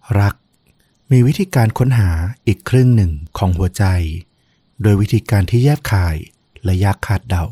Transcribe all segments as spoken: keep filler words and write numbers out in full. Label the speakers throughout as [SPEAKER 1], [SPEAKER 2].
[SPEAKER 1] รักมีวิธีการค้นหาอีกครึ่งหนึ่งของหัวใจโดยวิธีการที่แยบคายและยากคาดเดา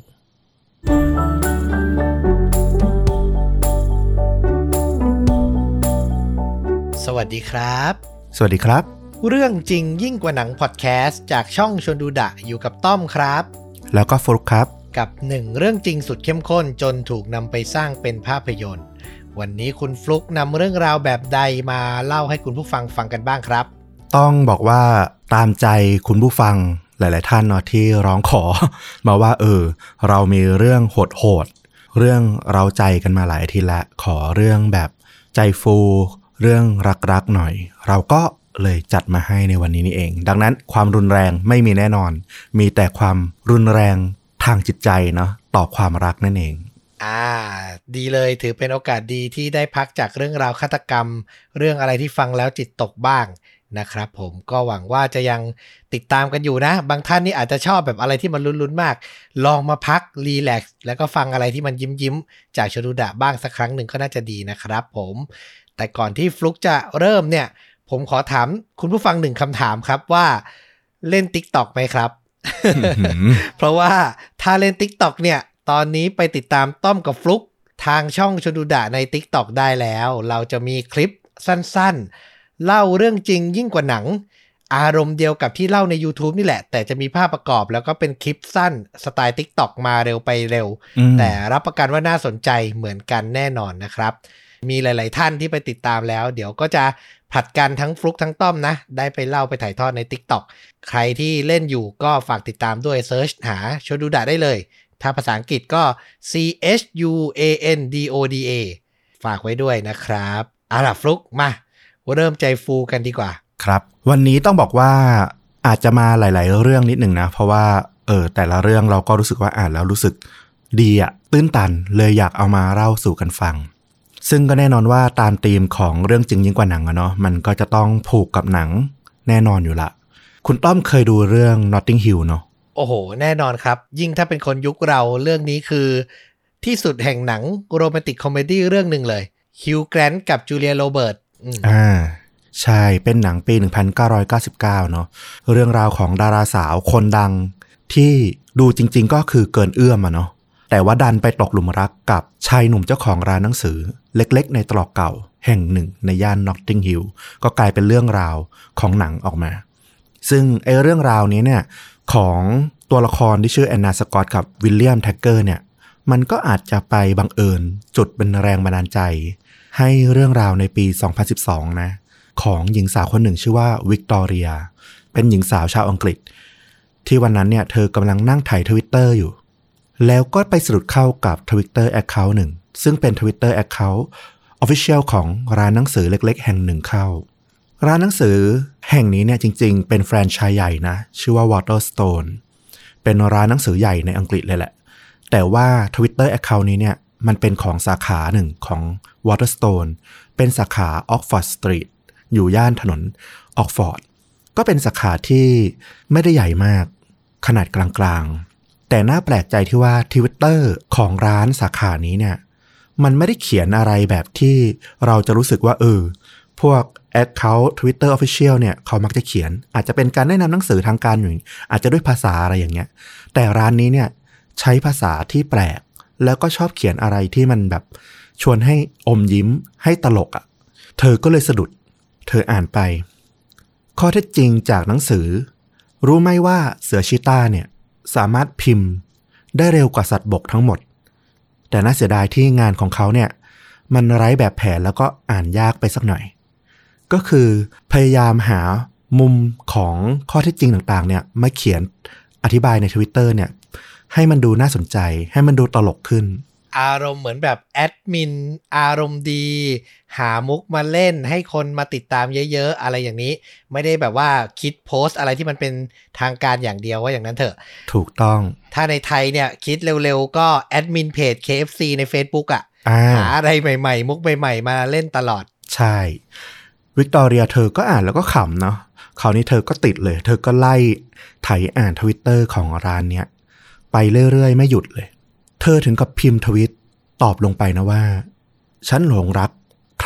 [SPEAKER 2] สวัสดีครับ
[SPEAKER 1] สวัสดีครับ
[SPEAKER 2] เรื่องจริงยิ่งกว่าหนังพอดแคสต์จากช่องชวนดูดะอยู่กับต้อมครับ
[SPEAKER 1] แล้วก็ฟลุ๊กครับ
[SPEAKER 2] กับหนึ่งเรื่องจริงสุดเข้มข้นจนถูกนำไปสร้างเป็นภาพยนตร์วันนี้คุณฟลุ๊กนำเรื่องราวแบบใดมาเล่าให้คุณผู้ฟังฟังกันบ้างครับ
[SPEAKER 1] ต้องบอกว่าตามใจคุณผู้ฟังหลายๆท่านเนาะที่ร้องขอมาว่าเออเรามีเรื่องโหดๆเรื่องเร้าใจกันมาหลายอาทิตย์ละขอเรื่องแบบใจฟูเรื่องรักๆหน่อยเราก็เลยจัดมาให้ในวันนี้นี่เองดังนั้นความรุนแรงไม่มีแน่นอนมีแต่ความรุนแรงทางจิตใจเนาะต่อความรักนั่นเอง
[SPEAKER 2] อ่าดีเลยถือเป็นโอกาสดีที่ได้พักจากเรื่องราวฆาตกรรมเรื่องอะไรที่ฟังแล้วจิตตกบ้างนะครับผมก็หวังว่าจะยังติดตามกันอยู่นะบางท่านนี่อาจจะชอบแบบอะไรที่มันลุ้นๆมากลองมาพักรีแลกซ์แล้วก็ฟังอะไรที่มันยิ้มๆจากชดูดะบ้างสักครั้งหนึ่งก็น่าจะดีนะครับผมแต่ก่อนที่ฟลุ๊กจะเริ่มเนี่ยผมขอถามคุณผู้ฟังหนึ่งคำถามครับว่าเล่น TikTok ไหมครับ เพราะว่าถ้าเล่น TikTok เนี่ยตอนนี้ไปติดตามต้อมกับฟลุ๊กทางช่องชดูดะใน TikTok ได้แล้วเราจะมีคลิปสั้นๆเล่าเรื่องจริงยิ่งกว่าหนังอารมณ์เดียวกับที่เล่าใน YouTube นี่แหละแต่จะมีภาพประกอบแล้วก็เป็นคลิปสั้นสไตล์ TikTok มาเร็วไปเร็วแต่รับประกันว่าน่าสนใจเหมือนกันแน่นอนนะครับมีหลายๆท่านที่ไปติดตามแล้วเดี๋ยวก็จะผลัดกันทั้งฟลุ๊กทั้งต้อมนะได้ไปเล่าไปถ่ายทอดใน TikTok ใครที่เล่นอยู่ก็ฝากติดตามด้วยเซิร์ชหาชดูดะได้เลยถ้าภาษาอังกฤษก็ C H U A N D O D A ฝากไว้ด้วยนะครับเอาล่ะฟลุ๊กมาเริ่มใจฟูกันดีกว่า
[SPEAKER 1] ครับวันนี้ต้องบอกว่าอาจจะมาหลายๆเรื่องนิดหนึ่งนะเพราะว่าเออแต่ละเรื่องเราก็รู้สึกว่าอ่านแล้วรู้สึกดีอะตื้นตันเลยอยากเอามาเล่าสู่กันฟังซึ่งก็แน่นอนว่าตามธีมของเรื่องจริงยิ่งกว่าหนังอะเนาะมันก็จะต้องผูกกับหนังแน่นอนอยู่ละคุณต้อมเคยดูเรื่อง Notting Hill เนาะ
[SPEAKER 2] โอ้โหแน่นอนครับยิ่งถ้าเป็นคนยุคเราเรื่องนี้คือที่สุดแห่งหนังโรแมนติกคอมเมดี้เรื่องหนึ่งเลยฮิวแกรนท์กับจูเลียโรเบิร์ต
[SPEAKER 1] อ่าใช่เป็นหนังปีหนึ่งพันเก้าร้อยเก้าสิบเก้าเนาะเรื่องราวของดาราสาวคนดังที่ดูจริงๆก็คือเกินเอื้อมอะเนาะแต่ว่าดันไปตกหลุมรักกับชายหนุ่มเจ้าของร้านหนังสือเล็กๆในตรอกเก่าแห่งหนึ่งในย่าน Notting Hill ก็กลายเป็นเรื่องราวของหนังออกมาซึ่งไอ้เรื่องราวนี้เนี่ยของตัวละครที่ชื่อแอนนาสกอตกับวิลเลียมแท็กเกอร์เนี่ยมันก็อาจจะไปบังเอิญจุดเป็นแรงบันดาลใจให้เรื่องราวในปีสองพันสิบสองนะของหญิงสาวคนหนึ่งชื่อว่าวิกตอเรียเป็นหญิงสาวชาวอังกฤษที่วันนั้นเนี่ยเธอกำลังนั่งถ่าย Twitter อยู่แล้วก็ไปสะดุดเข้ากับ Twitter Account หนึ่งซึ่งเป็น Twitter Account Official ของร้านหนังสือเล็กๆแห่งหนึ่งเข้าร้านหนังสือแห่งนี้เนี่ยจริงๆเป็นแฟรนไชส์ใหญ่นะชื่อว่า Waterstone เป็นร้านหนังสือใหญ่ในอังกฤษเลยแหละแต่ว่า Twitter Account นี้เนี่ยมันเป็นของสาขาหนึ่งของ Waterstone เป็นสาขา Oxford Street อยู่ย่านถนนออกฟอร์ดก็เป็นสาขาที่ไม่ได้ใหญ่มากขนาดกลางๆแต่น่าแปลกใจที่ว่า Twitter ของร้านสาขานี้เนี่ยมันไม่ได้เขียนอะไรแบบที่เราจะรู้สึกว่าเออพวก Account Twitter Official เนี่ยเขามักจะเขียนอาจจะเป็นการแนะนำหนังสือทางการอยู่อาจจะด้วยภาษาอะไรอย่างเงี้ยแต่ร้านนี้เนี่ยใช้ภาษาที่แปลกแล้วก็ชอบเขียนอะไรที่มันแบบชวนให้อมยิ้มให้ตลกอ่ะเธอก็เลยสะดุดเธออ่านไปข้อเท็จจริงจากหนังสือรู้ไหมว่าเสือชีต้าเนี่ยสามารถพิมพ์ได้เร็วกว่าสัตว์บกทั้งหมดแต่น่าเสียดายที่งานของเขาเนี่ยมันไร้แบบแผนแล้วก็อ่านยากไปสักหน่อยก็คือพยายามหามุมของข้อเท็จจริงต่างๆเนี่ยมาเขียนอธิบายใน Twitter เนี่ยให้มันดูน่าสนใจให้มันดูตลกขึ้น
[SPEAKER 2] อารมณ์เหมือนแบบแอดมินอารมณ์ดีหามุกมาเล่นให้คนมาติดตามเยอะๆอะไรอย่างนี้ไม่ได้แบบว่าคิดโพสต์อะไรที่มันเป็นทางการอย่างเดียวว่าอย่างนั้นเถอะ
[SPEAKER 1] ถูกต้อง
[SPEAKER 2] ถ้าในไทยเนี่ยคิดเร็วๆก็แอดมินเพจ เค เอฟ ซี ใน Facebook อ่ะหาอะไรใหม่ๆมุกใหม่ๆมาเล่นตลอด
[SPEAKER 1] ใช่วิกตอเรียเธอก็อ่านแล้วก็ขำเนาะคราวนี้เธอก็ติดเลยเธอก็ไล่ไถอ่าน Twitter ของร้านเนี้ยไปเรื่อยๆไม่หยุดเลยเธอถึงกับพิมพ์ทวิตตอบลงไปนะว่าฉันหลงรักใค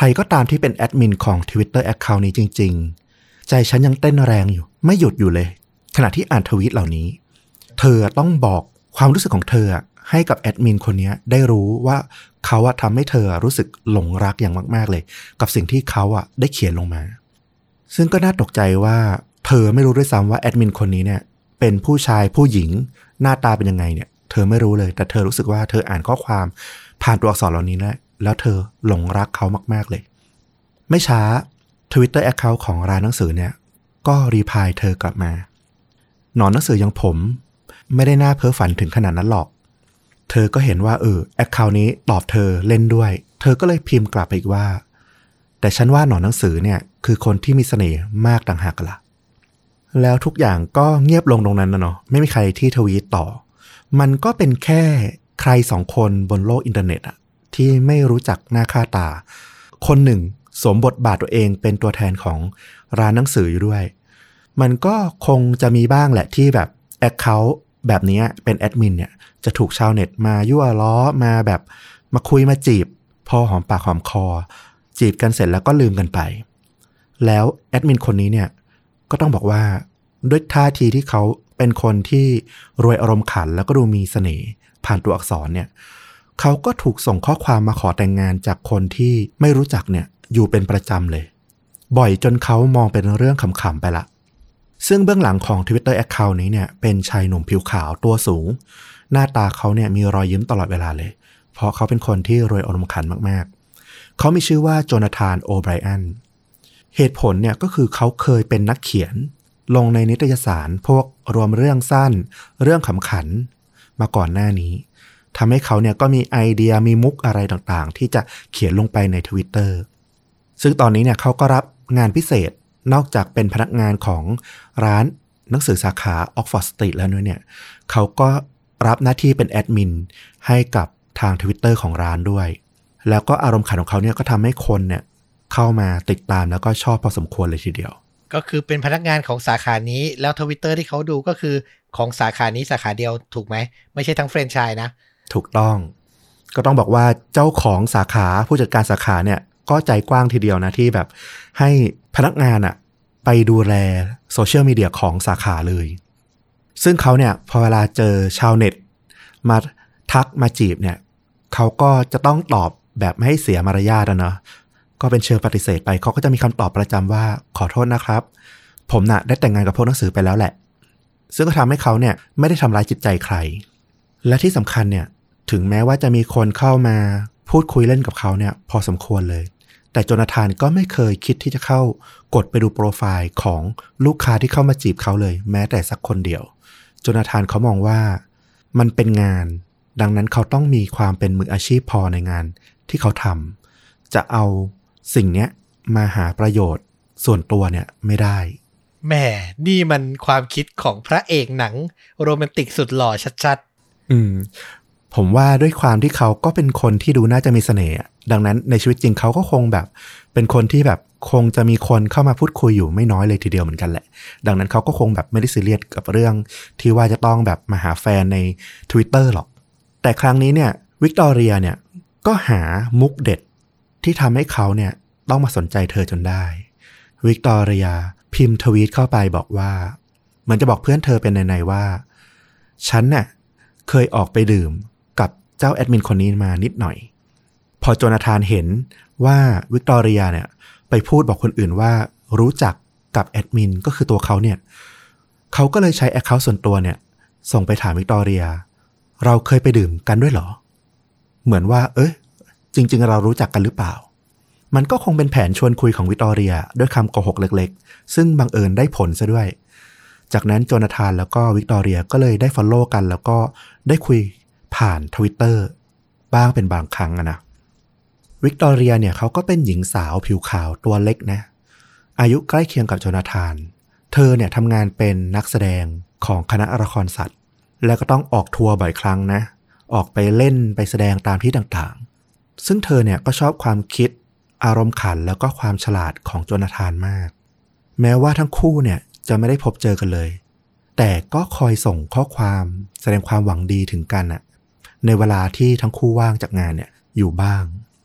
[SPEAKER 1] รก็ตามที่เป็นแอดมินของ Twitter Account นี้จริงๆใจฉันยังเต้นแรงอยู่ไม่หยุดอยู่เลยขณะที่อ่านทวีตเหล่านี้เธอต้องบอกความรู้สึกของเธอให้กับแอดมินคนนี้ได้รู้ว่าเขาอะทำให้เธอรู้สึกหลงรักอย่างมากๆเลยกับสิ่งที่เขาอะได้เขียนลงมาซึ่งก็น่าตกใจว่าเธอไม่รู้ด้วยซ้ำว่าแอดมินคนนี้เนี่ยเป็นผู้ชายผู้หญิงหน้าตาเป็นยังไงเนี่ยเธอไม่รู้เลยแต่เธอรู้สึกว่าเธออ่านข้อความผ่านตัวอักษรเหล่านี้แล้วแล้วเธอหลงรักเขามากๆเลยไม่ช้า Twitter Account ของร้านหนังสือเนี่ยก็รีพลายเธอกลับมาหนอนหนังสืออย่างผมไม่ได้น่าเพ้อฝันถึงขนาดนั้นหรอกเธอก็เห็นว่าเออแอคเคาท์นี้ตอบเธอเล่นด้วยเธอก็เลยพิมพ์กลับไปอีกว่าแต่ฉันว่าหนอนหนังสือเนี่ยคือคนที่มีเสน่ห์มากต่างหากล่ะแล้วทุกอย่างก็เงียบลงตรงนั้นนะเนาะไม่มีใครที่ทวีตต่อมันก็เป็นแค่ใครสองคนบนโลกอินเทอร์เน็ตอะที่ไม่รู้จักหน้าค่าตาคนหนึ่งสวมบทบาทตัวเองเป็นตัวแทนของร้านหนังสืออยู่ด้วยมันก็คงจะมีบ้างแหละที่แบบแอคเคาท์แบบนี้เป็นแอดมินเนี่ยจะถูกชาวเน็ตมายั่วล้อมาแบบมาคุยมาจีบพอหอมปากหอมคอจีบกันเสร็จแล้วก็ลืมกันไปแล้วแอดมินคนนี้เนี่ยก็ต้องบอกว่าด้วยท่าทีที่เขาเป็นคนที่รวยอารมณ์ขันแล้วก็ดูมีเสน่ห์ผ่านตัวอักษรเนี่ยเขาก็ถูกส่งข้อความมาขอแต่งงานจากคนที่ไม่รู้จักเนี่ยอยู่เป็นประจำเลยบ่อยจนเขามองเป็นเรื่องขำๆไปละซึ่งเบื้องหลังของ Twitter Account นี้เนี่ยเป็นชายหนุ่มผิวขาวตัวสูงหน้าตาเขาเนี่ยมีรอยยิ้มตลอดเวลาเลยเพราะเขาเป็นคนที่รวยอารมณ์ขันมากๆเขามีชื่อว่าโจนาธานโอไบรอันเหตุผลเนี่ยก็คือเขาเคยเป็นนักเขียนลงในนิตยสารพวกรวมเรื่องสั้นเรื่องขำขันมาก่อนหน้านี้ทำให้เขาเนี่ยก็มีไอเดียมีมุกอะไรต่างๆที่จะเขียนลงไปใน Twitter ซึ่งตอนนี้เนี่ยเขาก็รับงานพิเศษนอกจากเป็นพนักงานของร้านหนังสือสาขา Oxford Street แล้วเนี่ยเขาก็รับหน้าที่เป็นแอดมินให้กับทาง Twitter ของร้านด้วยแล้วก็อารมณ์ขันของเขาเนี่ยก็ทำให้คนเนี่ยเข้ามาติดตามแล้วก็ชอบพอสมควรเลยทีเดียว
[SPEAKER 2] ก็คือเป็นพนักงานของสาขานี้แล้ว Twitter ที่เขาดูก็คือของสาขานี้สาขาเดียวถูกไหมไม่ใช่ทั้งแฟรนไชส์นะ
[SPEAKER 1] ถูกต้องก็ต้องบอกว่าเจ้าของสาขาผู้จัดการสาขาเนี่ยก็ใจกว้างทีเดียวนะที่แบบให้พนักงานอะไปดูแลโซเชียลมีเดียของสาขาเลยซึ่งเขาเนี่ยพอเวลาเจอชาวเน็ตมาทักมาจีบเนี่ยเขาก็จะต้องตอบแบบไม่ให้เสียมารยาทนะก็เป็นเชิงปฏิเสธไปเขาก็จะมีคำตอบประจำว่าขอโทษนะครับผมน่ะได้แต่งงานกับพวกหนังสือไปแล้วแหละซึ่งก็ทำให้เขาเนี่ยไม่ได้ทำร้ายจิตใจใครและที่สำคัญเนี่ยถึงแม้ว่าจะมีคนเข้ามาพูดคุยเล่นกับเขาเนี่ยพอสมควรเลยแต่โจนาธานก็ไม่เคยคิดที่จะเข้ากดไปดูโปรไฟล์ของลูกค้าที่เข้ามาจีบเขาเลยแม้แต่สักคนเดียวโจนาธานเขามองว่ามันเป็นงานดังนั้นเขาต้องมีความเป็นมืออาชีพพอในงานที่เขาทำจะเอาสิ่งเนี้ยมาหาประโยชน์ส่วนตัวเนี่ยไม่ได้
[SPEAKER 2] แหมนี่มันความคิดของพระเอกหนังโรแมนติกสุดหล่อชัด
[SPEAKER 1] ๆอืมผมว่าด้วยความที่เขาก็เป็นคนที่ดูน่าจะมีเสน่ห์ดังนั้นในชีวิตจริงเขาก็คงแบบเป็นคนที่แบบคงจะมีคนเข้ามาพูดคุยอยู่ไม่น้อยเลยทีเดียวเหมือนกันแหละดังนั้นเขาก็คงแบบไม่ได้ซีเรียสกับเรื่องที่ว่าจะต้องแบบมาหาแฟนใน Twitter หรอกแต่ครั้งนี้เนี่ยวิกตอเรียเนี่ยก็หามุกเด็ดที่ทำให้เขาเนี่ยต้องมาสนใจเธอจนได้วิกตอเรียพิมพ์ทวีตเข้าไปบอกว่าเหมือนจะบอกเพื่อนเธอเป็นในๆว่าฉันน่ะเคยออกไปดื่มกับเจ้าแอดมินคนนี้มานิดหน่อยพอโจนาธานเห็นว่าวิกตอเรียเนี่ยไปพูดบอกคนอื่นว่ารู้จักกับแอดมินก็คือตัวเขาเนี่ยเขาก็เลยใช้แอคเคาท์ส่วนตัวเนี่ยส่งไปถามวิกตอเรียเราเคยไปดื่มกันด้วยเหรอเหมือนว่าเอ้ยจริงๆเรารู้จักกันหรือเปล่ามันก็คงเป็นแผนชวนคุยของวิกตอเรียด้วยคำโกหกเล็กๆซึ่งบังเอิญได้ผลซะด้วยจากนั้นโจนาธานแล้วก็วิกตอเรียก็เลยได้ฟอลโล่กันแล้วก็ได้คุยผ่าน Twitter บ้างเป็นบางครั้งนะวิกตอเรียเนี่ยเขาก็เป็นหญิงสาวผิวขาวตัวเล็กนะอายุใกล้เคียงกับโจนาธานเธอเนี่ยทำงานเป็นนักแสดงของคณะละครสัตว์แล้วก็ต้องออกทัวร์บ่อยครั้งนะออกไปเล่นไปแสดงตามที่ต่างๆซึ่งเธอเนี่ยก็ชอบความคิดอารมณ์ขันแล้วก็ความฉลาดของโจนาธานมากแม้ว่าทั้งคู่เนี่ยจะไม่ได้พบเจอกันเลยแต่ก็คอยส่งข้อความแสดงความหวังดีถึงกันอะในเวลาที่ทั้งคู่ว่างจากงานเนี่ยอยู่บ้าง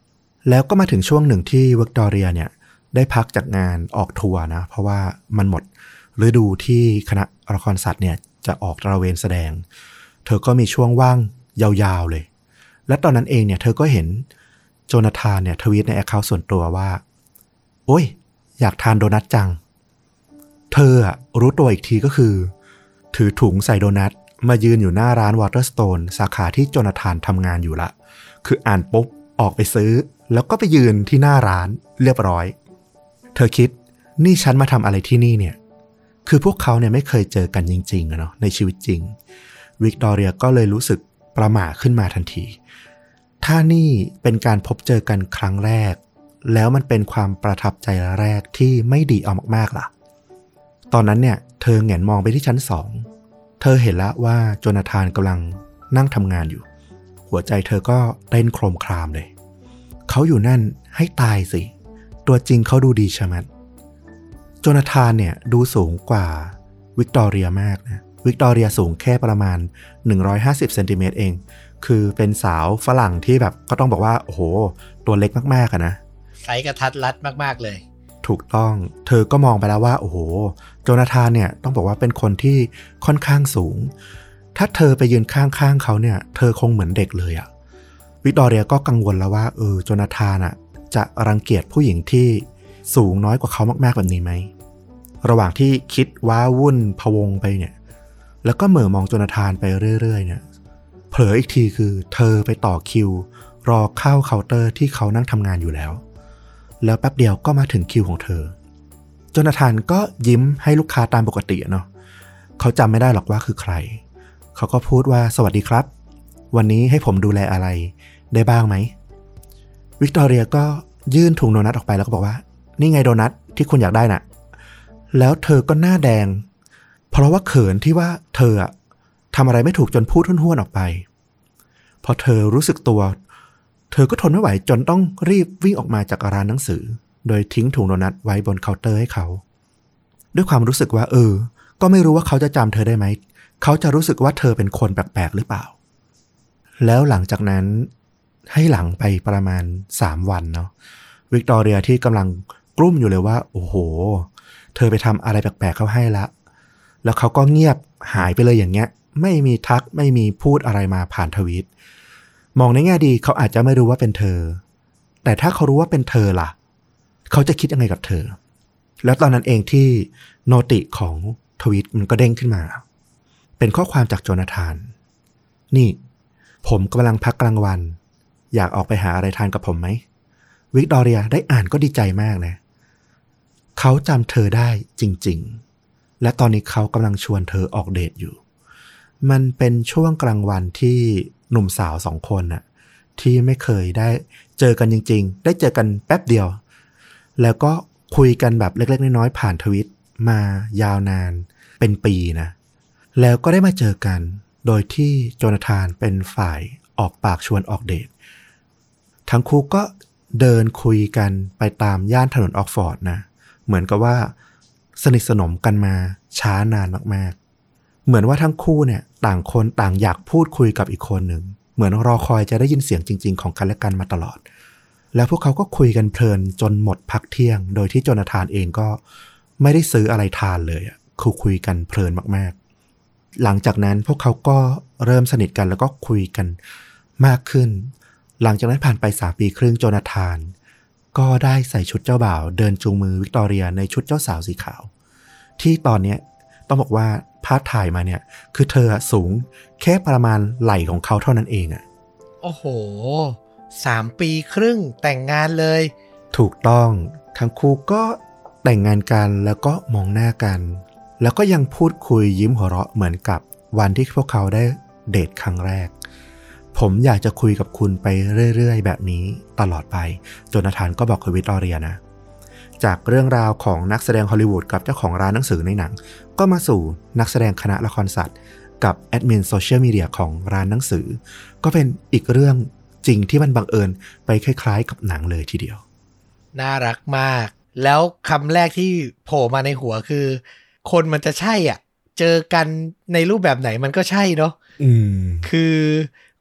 [SPEAKER 1] แล้วก็มาถึงช่วงหนึ่งที่วิกตอเรียเนี่ยได้พักจากงานออกทัวร์นะเพราะว่ามันหมดฤดูที่คณะละครสัตว์เนี่ยจะออกตระเวนแสดงเธอก็มีช่วงว่างยาวๆเลยและตอนนั้นเองเนี่ยเธอก็เห็นโจนาธานเนี่ยทวีตในแอคเคาท์ส่วนตัวว่าโอ้ยอยากทานโดนัทจังเธออะรู้ตัวอีกทีก็คือถือถุงใส่โดนัทมายืนอยู่หน้าร้านวอเตอร์สโตนสาขาที่โจนาธานทำงานอยู่ละคืออ่านปุ๊บออกไปซื้อแล้วก็ไปยืนที่หน้าร้านเรียบร้อยเธอคิดนี่ฉันมาทำอะไรที่นี่เนี่ยคือพวกเขาเนี่ยไม่เคยเจอกันจริงๆอะเนาะในชีวิตจริงวิกตอเรียก็เลยรู้สึกประหม่าขึ้นมาทันทีถ้านี่เป็นการพบเจอกันครั้งแรกแล้วมันเป็นความประทับใจแรกที่ไม่ดีเอามากๆล่ะตอนนั้นเนี่ยเธอแหงนมองไปที่ชั้นสองเธอเห็นแล้วว่าโจนาธานกำลังนั่งทำงานอยู่หัวใจเธอก็เต้นโครมครามเลยเขาอยู่นั่นให้ตายสิตัวจริงเขาดูดีชะมัดโจนาธานเนี่ยดูสูงกว่าวิกตอเรียมากนะวิกตอเรียสูงแค่ประมาณหนึ่งร้อยห้าสิบเซนติเมตรเองคือเป็นสาวฝรั่งที่แบบก็ต้องบอกว่าโอ้โหตัวเล็กมากๆอะนะ
[SPEAKER 2] ไซส์กระทัดรัดมากๆเลย
[SPEAKER 1] ถูกต้องเธอก็มองไปแล้วว่าโอ้โหโจนาธานเนี่ยต้องบอกว่าเป็นคนที่ค่อนข้างสูงถ้าเธอไปยืนข้างๆเขาเนี่ยเธอคงเหมือนเด็กเลยอะวิกตอเรียก็กังวลแล้วว่าเออโจนาธานอะจะรังเกียจผู้หญิงที่สูงน้อยกว่าเขามากๆแบบนี้ไหมระหว่างที่คิดว้าวุ่นพะวงไปเนี่ยแล้วก็เหม่อมองโจนาธานไปเรื่อยๆเนี่ยเผลออีกทีคือเธอไปต่อคิวรอเข้าเคาน์เตอร์ที่เขานั่งทำงานอยู่แล้วแล้วแป๊บเดียวก็มาถึงคิวของเธอโจนาธานก็ยิ้มให้ลูกค้าตามปกติเนาะเขาจำไม่ได้หรอกว่าคือใครเขาก็พูดว่าสวัสดีครับวันนี้ให้ผมดูแลอะไรได้บ้างไหมวิกตอเรียก็ยื่นถุงโดนัทออกไปแล้วก็บอกว่านี่ไงโดนัทที่คุณอยากได้น่ะแล้วเธอก็หน้าแดงเพราะว่าเขินที่ว่าเธออะทำอะไรไม่ถูกจนพูดห้วนๆออกไปพอเธอรู้สึกตัวเธอก็ทนไม่ไหวจนต้องรีบวิ่งออกมาจากร้านหนังสือโดยทิ้งถุงโดนัทไว้บนเคาน์เตอร์ให้เขาด้วยความรู้สึกว่าเออก็ไม่รู้ว่าเขาจะจำเธอได้ไหมเขาจะรู้สึกว่าเธอเป็นคนแปลกๆหรือเปล่าแล้วหลังจากนั้นให้หลังไปประมาณสามวันเนาะวิกตอเรียที่กำลังกลุ้มอยู่เลยว่าโอ้โหเธอไปทำอะไรแปลกๆเขาให้ละแล้วเขาก็เงียบหายไปเลยอย่างเงี้ยไม่มีทักไม่มีพูดอะไรมาผ่านทวีตมองในแง่ดีเขาอาจจะไม่รู้ว่าเป็นเธอแต่ถ้าเขารู้ว่าเป็นเธอล่ะเขาจะคิดยังไงกับเธอแล้วตอนนั้นเองที่โนติของทวีตมันก็เด้งขึ้นมาเป็นข้อความจากโจนาธานนี่ผมกำลังพักกลางวันอยากออกไปหาอะไรทานกับผมไหมวิกตอเรียได้อ่านก็ดีใจมากนะเขาจำเธอได้จริงๆและตอนนี้เขากำลังชวนเธอออกเดทอยู่มันเป็นช่วงกลางวันที่หนุ่มสาวสองคนน่ะที่ไม่เคยได้เจอกันจริงๆได้เจอกันแป๊บเดียวแล้วก็คุยกันแบบเล็กๆน้อยๆผ่านทวิตมายาวนานเป็นปีนะแล้วก็ได้มาเจอกันโดยที่โจนาธานเป็นฝ่ายออกปากชวนออกเดททั้งคู่ก็เดินคุยกันไปตามย่านถนนออกฟอร์ดนะเหมือนกับว่าสนิทสนมกันมาช้านานมากๆเหมือนว่าทั้งคู่เนี่ยต่างคนต่างอยากพูดคุยกับอีกคนหนึ่งเหมือนรอคอยจะได้ยินเสียงจริงๆของกันและกันมาตลอดแล้วพวกเขาก็คุยกันเพลินจนหมดพักเที่ยงโดยที่โจนาธานเองก็ไม่ได้ซื้ออะไรทานเลยอ่ะคือคุยกันเพลินมากๆหลังจากนั้นพวกเขาก็เริ่มสนิทกันแล้วก็คุยกันมากขึ้นหลังจากนั้นผ่านไปสามปีครึ่งโจนาธานก็ได้ใส่ชุดเจ้าบ่าวเดินจูงมือวิกตอเรียในชุดเจ้าสาวสีขาวที่ตอนนี้ต้องบอกว่าภาพถ่ายมาเนี่ยคือเธอสูงแค่ประมาณไหล่ของเขาเท่านั้นเองอ่ะ
[SPEAKER 2] โอ้โหสามปีครึ่งแต่งงานเลย
[SPEAKER 1] ถูกต้องทั้งคู่ก็แต่งงานกันแล้วก็มองหน้ากันแล้วก็ยังพูดคุยยิ้มหัวเราะเหมือนกับวันที่พวกเขาได้เดทครั้งแรกผมอยากจะคุยกับคุณไปเรื่อยๆแบบนี้ตลอดไปโจนาธานก็บอกกับวิกตอเรียนะจากเรื่องราวของนักแสดงฮอลลีวูดกับเจ้าของร้านหนังสือในหนังก็มาสู่นักแสดงคณะละครสัตว์กับแอดมินโซเชียลมีเดียของร้านหนังสือก็เป็นอีกเรื่องจริงที่มันบังเอิญไปคล้ายๆกับหนังเลยทีเดียว
[SPEAKER 2] น่ารักมากแล้วคำแรกที่โผล่มาในหัวคือคนมันจะใช่อ่ะเจอกันในรูปแบบไหนมันก็ใช่เนาะ
[SPEAKER 1] อืม
[SPEAKER 2] คือ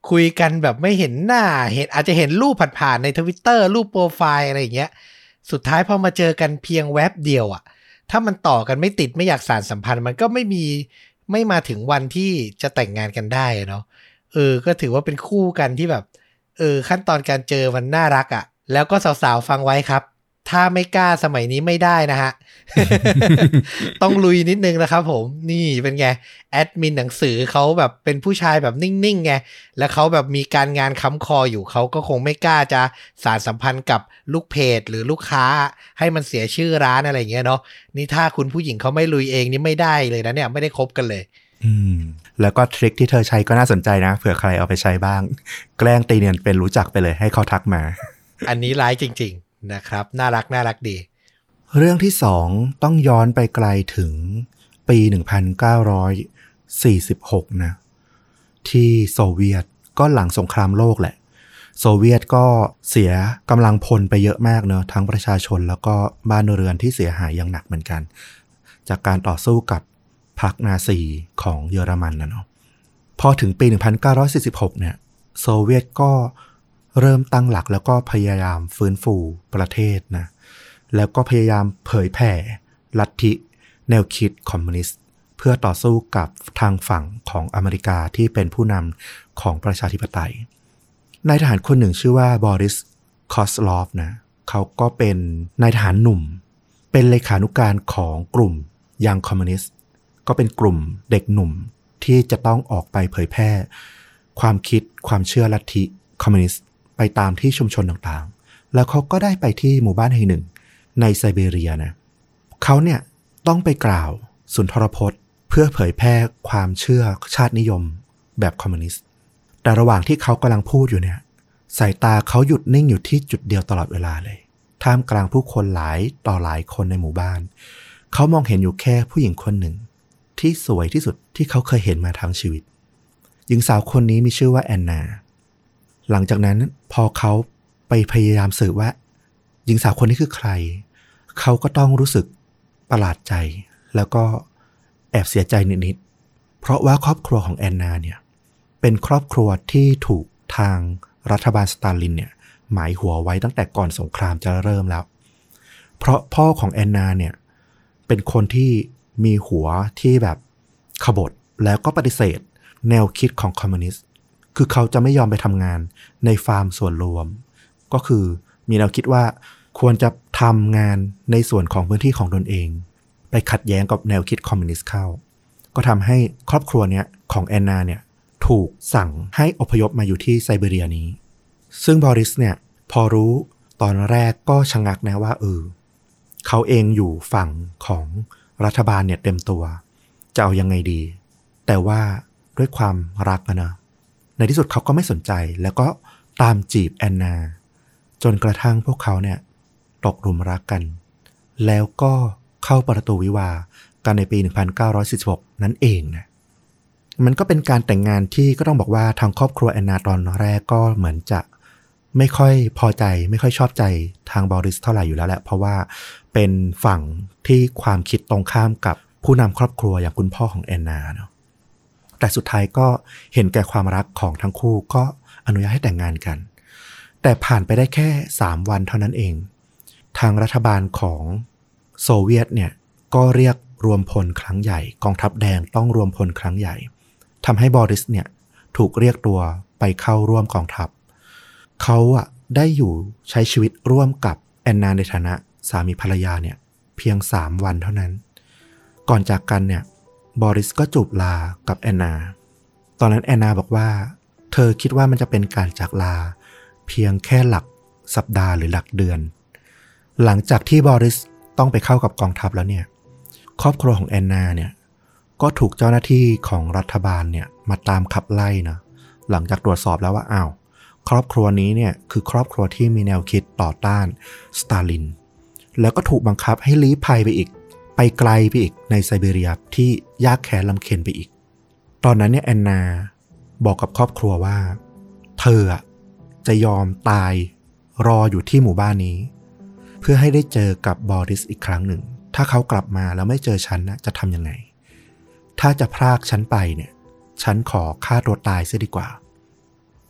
[SPEAKER 2] คุยกันแบบไม่เห็นหน้าเห็นอาจจะเห็นรูปผ่านๆใน Twitter รูปโปรไฟล์อะไรอย่างเงี้ยสุดท้ายพอมาเจอกันเพียงแวบเดียวอ่ะถ้ามันต่อกันไม่ติดไม่อยากสานสัมพันธ์มันก็ไม่มีไม่มาถึงวันที่จะแต่งงานกันได้เนาะเออก็ถือว่าเป็นคู่กันที่แบบเออขั้นตอนการเจอมันน่ารักอ่ะแล้วก็สาวๆฟังไว้ครับถ้าไม่กล้าสมัยนี้ไม่ได้นะฮะ ต้องลุยนิดนึงนะครับผมนี่เป็นไงแอดมินหนังสือเขาแบบเป็นผู้ชายแบบนิ่งๆไงแล้วเขาแบบมีการงานค้ำคออยู่เขาก็คงไม่กล้าจะสานสัมพันธ์กับลูกเพจหรือลูกค้าให้มันเสียชื่อร้านอะไรอย่างเงี้ยเนาะนี่ถ้าคุณผู้หญิงเขาไม่ลุยเองนี่ไม่ได้เลยนะเนี่ยไม่ได้คบกันเลย
[SPEAKER 1] อืมแล้วก็ทริคที่เธอใช้ก็น่าสนใจนะเผื่อใครเอาไปใช้บ้างแกล้งตีเนียนเป็นรู้จักไปเลยให้เขาทักมา
[SPEAKER 2] อันนี้ร้ายจริงๆนะครับน่ารักน่ารักดี
[SPEAKER 1] เรื่องที่สองต้องย้อนไปไกลถึงปีหนึ่งพันเก้าร้อยสี่สิบหกนะที่โซเวียตก็หลังสงครามโลกแหละโซเวียตก็เสียกำลังพลไปเยอะมากเนอะทั้งประชาชนแล้วก็บ้านเรือนที่เสียหายอย่างหนักเหมือนกันจากการต่อสู้กับพรรคนาซีของเยอรมันนะเนาะพอถึงปีหนึ่งพันเก้าร้อยสี่สิบหกเนี่ยโซเวียตก็เริ่มตั้งหลักแล้วก็พยายามฟื้นฟูประเทศนะแล้วก็พยายามเผยแผ่ลัทธิแนวคิดคอมมิวนิสต์เพื่อต่อสู้กับทางฝั่งของอเมริกาที่เป็นผู้นำของประชาธิปไตยนายทหารคนหนึ่งชื่อว่าบอริสคอสลอฟนะเขาก็เป็นนายทหารหนุ่มเป็นเลขานุการของกลุ่มยังคอมมิวนิสต์ก็เป็นกลุ่มเด็กหนุ่มที่จะต้องออกไปเผยแพร่ความคิดความเชื่อลัทธิคอมมิวนิสต์ไปตามที่ชุมชนต่างๆแล้วเขาก็ได้ไปที่หมู่บ้านแห่งหนึ่งในไซบีเรียนะเขาเนี่ยต้องไปกล่าวสุนทรพจน์เพื่อเผยแพร่ความเชื่อชาตินิยมแบบคอมมิวนิสต์แต่ระหว่างที่เขากำลังพูดอยู่เนี่ยสายตาเขาหยุดนิ่งอยู่ที่จุดเดียวตลอดเวลาเลยท่ามกลางผู้คนหลายต่อหลายคนในหมู่บ้านเขามองเห็นอยู่แค่ผู้หญิงคนหนึ่งที่สวยที่สุดที่เขาเคยเห็นมาทั้งชีวิตหญิงสาวคนนี้มีชื่อว่าแอนนาหลังจากนั้นพอเขาไปพยายามสืบว่าหญิงสาวคนนี้คือใครเขาก็ต้องรู้สึกประหลาดใจแล้วก็แอบเสียใจนิดๆเพราะว่าครอบครัวของแอนนาเนี่ยเป็นครอบครัวที่ถูกทางรัฐบาลสตาลินเนี่ยหมายหัวไว้ตั้งแต่ก่อนสงครามจะเริ่มแล้วเพราะพ่อของแอนนาเนี่ยเป็นคนที่มีหัวที่แบบขบถแล้วก็ปฏิเสธแนวคิดของคอมมิวนิสต์คือเขาจะไม่ยอมไปทำงานในฟาร์มส่วนรวมก็คือมีแนวคิดว่าควรจะทำงานในส่วนของพื้นที่ของตนเองไปขัดแย้งกับแนวคิดคอมมิวนิสต์เข้าก็ทำให้ครอบครัวเนี้ยของแอนนาเนี่ยถูกสั่งให้อพยพมาอยู่ที่ไซบีเรียนี้ซึ่งบอริสเนี่ยพอรู้ตอนแรกก็ชะงักนะว่าเออเขาเองอยู่ฝั่งของรัฐบาลเนี่ยเต็มตัวจะเอายังไงดีแต่ว่าด้วยความรักนะในที่สุดเขาก็ไม่สนใจแล้วก็ตามจีบแอนนาจนกระทั่งพวกเขาเนี่ยตกหลุมรักกันแล้วก็เข้าประตูวิวาห์กันในปีหนึ่งพันเก้าร้อยสี่สิบหกนั่นเองนะมันก็เป็นการแต่งงานที่ก็ต้องบอกว่าทางครอบครัวแอนนาตอนแรกก็เหมือนจะไม่ค่อยพอใจไม่ค่อยชอบใจทางบอริสเท่าไหร่อยู่แล้วแหละเพราะว่าเป็นฝั่งที่ความคิดตรงข้ามกับผู้นำครอบครัวอย่างคุณพ่อของแอนนาเนาะแต่สุดท้ายก็เห็นแก่ความรักของทั้งคู่ก็อนุญาตให้แต่งงานกันแต่ผ่านไปได้แค่สามวันเท่านั้นเองทางรัฐบาลของโซเวียตเนี่ยก็เรียกรวมพลครั้งใหญ่กองทัพแดงต้องรวมพลครั้งใหญ่ทำให้บอริสเนี่ยถูกเรียกตัวไปเข้าร่วมกองทัพเขาอะได้อยู่ใช้ชีวิตร่วมกับแอนนาในฐานะสามีภรรยาเนี่ยเพียงสามวันเท่านั้นก่อนจากกันเนี่ยบอริสก็จูบลากับแอนนาตอนนั้นแอนนาบอกว่าเธอคิดว่ามันจะเป็นการจากลาเพียงแค่หลักสัปดาห์หรือหลักเดือนหลังจากที่บอริสต้องไปเข้ากับกองทัพแล้วเนี่ยครอบครัวของแอนนาเนี่ยก็ถูกเจ้าหน้าที่ของรัฐบาลเนี่ยมาตามขับไล่นะหลังจากตรวจสอบแล้วว่าอ้าวครอบครัวนี้เนี่ยคือครอบครัวที่มีแนวคิดต่อต้านสตาลินแล้วก็ถูกบังคับให้ลี้ภัยไปอีกไปไกลไปอีกในไซบีเรียที่ยากแค้นลำเค็ญไปอีกตอนนั้นเนี่ยแอนนาบอกกับครอบครัวว่าเธอจะยอมตายรออยู่ที่หมู่บ้านนี้เพื่อให้ได้เจอกับบอริสอีกครั้งหนึ่งถ้าเขากลับมาแล้วไม่เจอฉันนะจะทำยังไงถ้าจะพรากฉันไปเนี่ยฉันขอฆ่าตัวตายเสียดีกว่า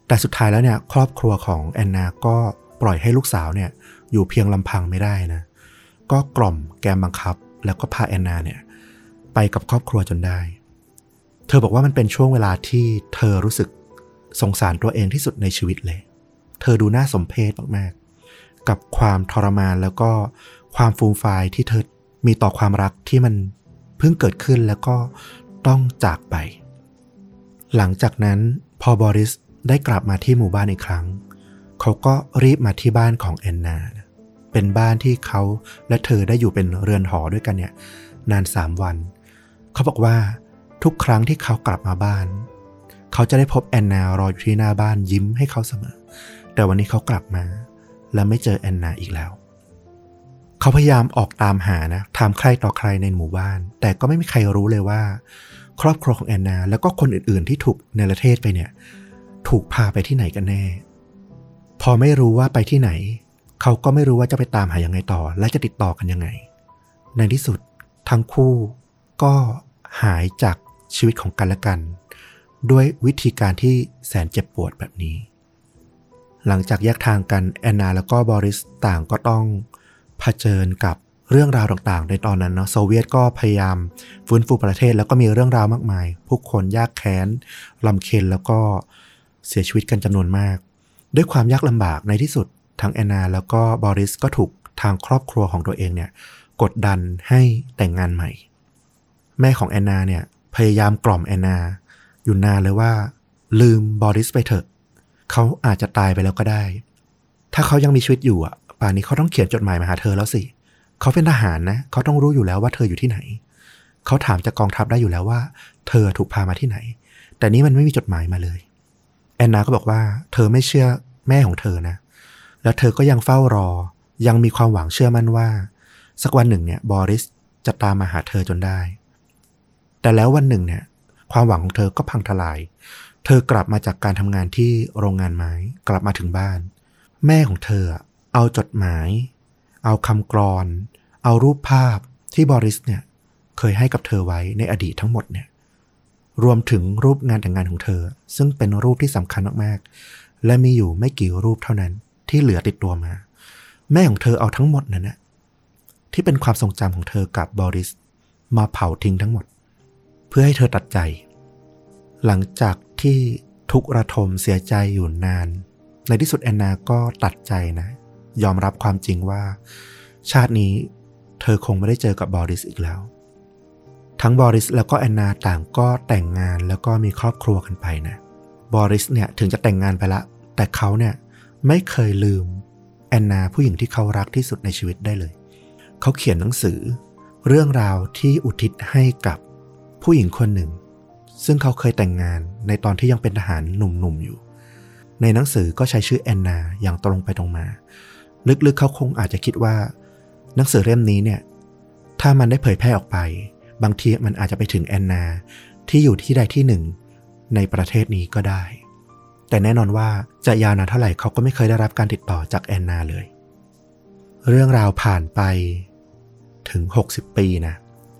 [SPEAKER 1] แต่สุดท้ายแล้วเนี่ยครอบครัวของแอนนาก็ปล่อยให้ลูกสาวเนี่ยอยู่เพียงลำพังไม่ได้นะก็กล่อมแกมบังคับแล้วก็พาแอนนาเนี่ยไปกับครอบครัวจนได้เธอบอกว่ามันเป็นช่วงเวลาที่เธอรู้สึกสงสารตัวเองที่สุดในชีวิตเลยเธอดูน่าสมเพชมากๆกับความทรมานแล้วก็ความฟูมฟายที่เธอมีต่อความรักที่มันเพิ่งเกิดขึ้นแล้วก็ต้องจากไปหลังจากนั้นพอบอริสได้กลับมาที่หมู่บ้านอีกครั้งเขาก็รีบมาที่บ้านของแอนนาเป็นบ้านที่เขาและเธอได้อยู่เป็นเรือนหอด้วยกันเนี่ยนานสามวันเขาบอกว่าทุกครั้งที่เขากลับมาบ้านเขาจะได้พบแอนนารออยู่ที่หน้าบ้านยิ้มให้เขาเสมอแต่วันนี้เขากลับมาและไม่เจอแอนนาอีกแล้วเขาพยายามออกตามหานะถามใครต่อใครในหมู่บ้านแต่ก็ไม่มีใครรู้เลยว่าครอบครัวของแอนนาแล้วก็คนอื่นๆที่ถูกเนรเทศไปเนี่ยถูกพาไปที่ไหนกันแน่พอไม่รู้ว่าไปที่ไหนเขาก็ไม่รู้ว่าจะไปตามหายังไงต่อและจะติดต่อกันยังไงในที่สุดทั้งคู่ก็หายจากชีวิตของกันและกันด้วยวิธีการที่แสนเจ็บปวดแบบนี้หลังจากแยกทางกันแอนนาแล้วก็บอริสต่างก็ต้องเผชิญกับเรื่องราวต่างๆในตอนนั้นเนาะโซเวียตก็พยายามฟื้นฟูประเทศแล้วก็มีเรื่องราวมากมายผู้คนยากแค้นลำเค็ญแล้วก็เสียชีวิตกันจำนวนมากด้วยความยากลำบากในที่สุดทั้งแอนนาแล้วก็บอริสก็ถูกทางครอบครัวของตัวเองเนี่ยกดดันให้แต่งงานใหม่แม่ของแอนนาเนี่ยพยายามกล่อมแอนนาอยู่นานเลยว่าลืมบอริสไปเถอะเขาอาจจะตายไปแล้วก็ได้ถ้าเขายังมีชีวิตอยู่อ่ะป่านนี้เขาต้องเขียนจดหมายมาหาเธอแล้วสิเขาเป็นทหารนะเขาต้องรู้อยู่แล้วว่าเธออยู่ที่ไหนเขาถามจากกองทัพได้อยู่แล้วว่าเธอถูกพามาที่ไหนแต่นี้มันไม่มีจดหมายมาเลยแอนนาก็บอกว่าเธอไม่เชื่อแม่ของเธอนะแล้วเธอก็ยังเฝ้ารอยังมีความหวังเชื่อมั่นว่าสักวันหนึ่งเนี่ยบอริสจะตามมาหาเธอจนได้แต่แล้ววันหนึ่งเนี่ยความหวังของเธอก็พังทลายเธอกลับมาจากการทำงานที่โรงงานไม้กลับมาถึงบ้านแม่ของเธอเอาจดหมายเอาคำกลอนเอารูปภาพที่บอริสเนี่ยเคยให้กับเธอไว้ในอดีตทั้งหมดเนี่ยรวมถึงรูปงานแต่งงานของเธอซึ่งเป็นรูปที่สำคัญมากๆและมีอยู่ไม่กี่รูปเท่านั้นที่เหลือติดตัวมาแม่ของเธอเอาทั้งหมดนั้นนะที่เป็นความทรงจำของเธอกับบอริสมาเผาทิ้งทั้งหมดเพื่อให้เธอตัดใจหลังจากที่ทุกข์ระทมเสียใจอยู่นานในที่สุดแอนนาก็ตัดใจนะยอมรับความจริงว่าชาตินี้เธอคงไม่ได้เจอกับบอริสอีกแล้วทั้งบอริสแล้วก็แอนนาต่างก็แต่งงานแล้วก็มีครอบครัวกันไปนะบอริสเนี่ยถึงจะแต่งงานไปละแต่เขาเนี่ยไม่เคยลืมแอนนาผู้หญิงที่เขารักที่สุดในชีวิตได้เลยเขาเขียนหนังสือเรื่องราวที่อุทิศให้กับผู้หญิงคนหนึ่งซึ่งเขาเคยแต่งงานในตอนที่ยังเป็นทหารหนุ่มๆอยู่ในหนังสือก็ใช้ชื่อแอนนาอย่างตรงไปตรงมาลึกๆเขาคงอาจจะคิดว่าหนังสือเล่มนี้เนี่ยถ้ามันได้เผยแพร่ออกไปบางทีมันอาจจะไปถึงแอนนาที่อยู่ที่ใดที่หนึ่งในประเทศนี้ก็ได้แต่แน่นอนว่าจะยาวนานเท่าไหร่เขาก็ไม่เคยได้รับการติดต่อจากแอนนาเลยเรื่องราวผ่านไปถึงหกสิบปีนะ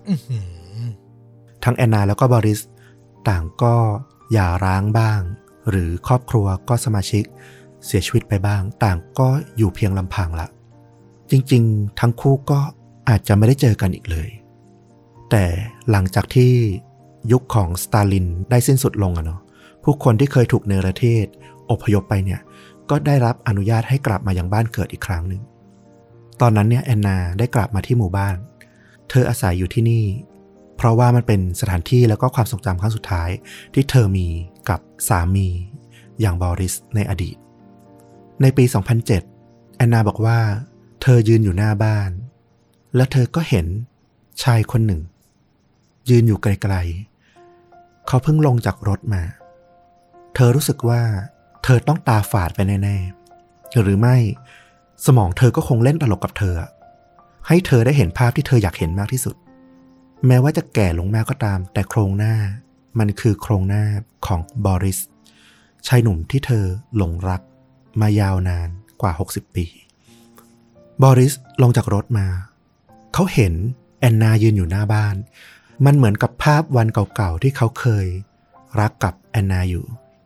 [SPEAKER 1] ทั้งแอนนาแล้วก็บอริสต่างก็หย่าร้างบ้างหรือครอบครัวก็สมาชิกเสียชีวิตไปบ้างต่างก็อยู่เพียงลำพังละจริงๆทั้งคู่ก็อาจจะไม่ได้เจอกันอีกเลยแต่หลังจากที่ยุคของสตาลินได้สิ้นสุดลงอะเนาะผู้คนที่เคยถูกเนรเทศอพยพไปเนี่ยก็ได้รับอนุญาตให้กลับมายังบ้านเกิดอีกครั้งหนึ่งตอนนั้นเนี่ยแอนนาได้กลับมาที่หมู่บ้านเธออาศัยอยู่ที่นี่เพราะว่ามันเป็นสถานที่แล้วก็ความทรงจำครั้งสุดท้ายที่เธอมีกับสามีอย่างบอริสในอดีตในปีสองพันเจ็ดแอนนาบอกว่าเธอยืนอยู่หน้าบ้านและเธอก็เห็นชายคนหนึ่งยืนอยู่ไกลๆเขาเพิ่งลงจากรถมาเธอรู้สึกว่าเธอต้องตาฝาดไปแน่ๆหรือไม่สมองเธอก็คงเล่นตลกกับเธอให้เธอได้เห็นภาพที่เธออยากเห็นมากที่สุดแม้ว่าจะแก่ลงมากก็ตามแต่โครงหน้ามันคือโครงหน้าของบอริสชายหนุ่มที่เธอหลงรักมายาวนานกว่าหกสิบปีบอริสลงจากรถมาเขาเห็นแอนนายืนอยู่หน้าบ้านมันเหมือนกับภาพวันเก่าๆที่เขาเคยรักกับแอนนาอยู่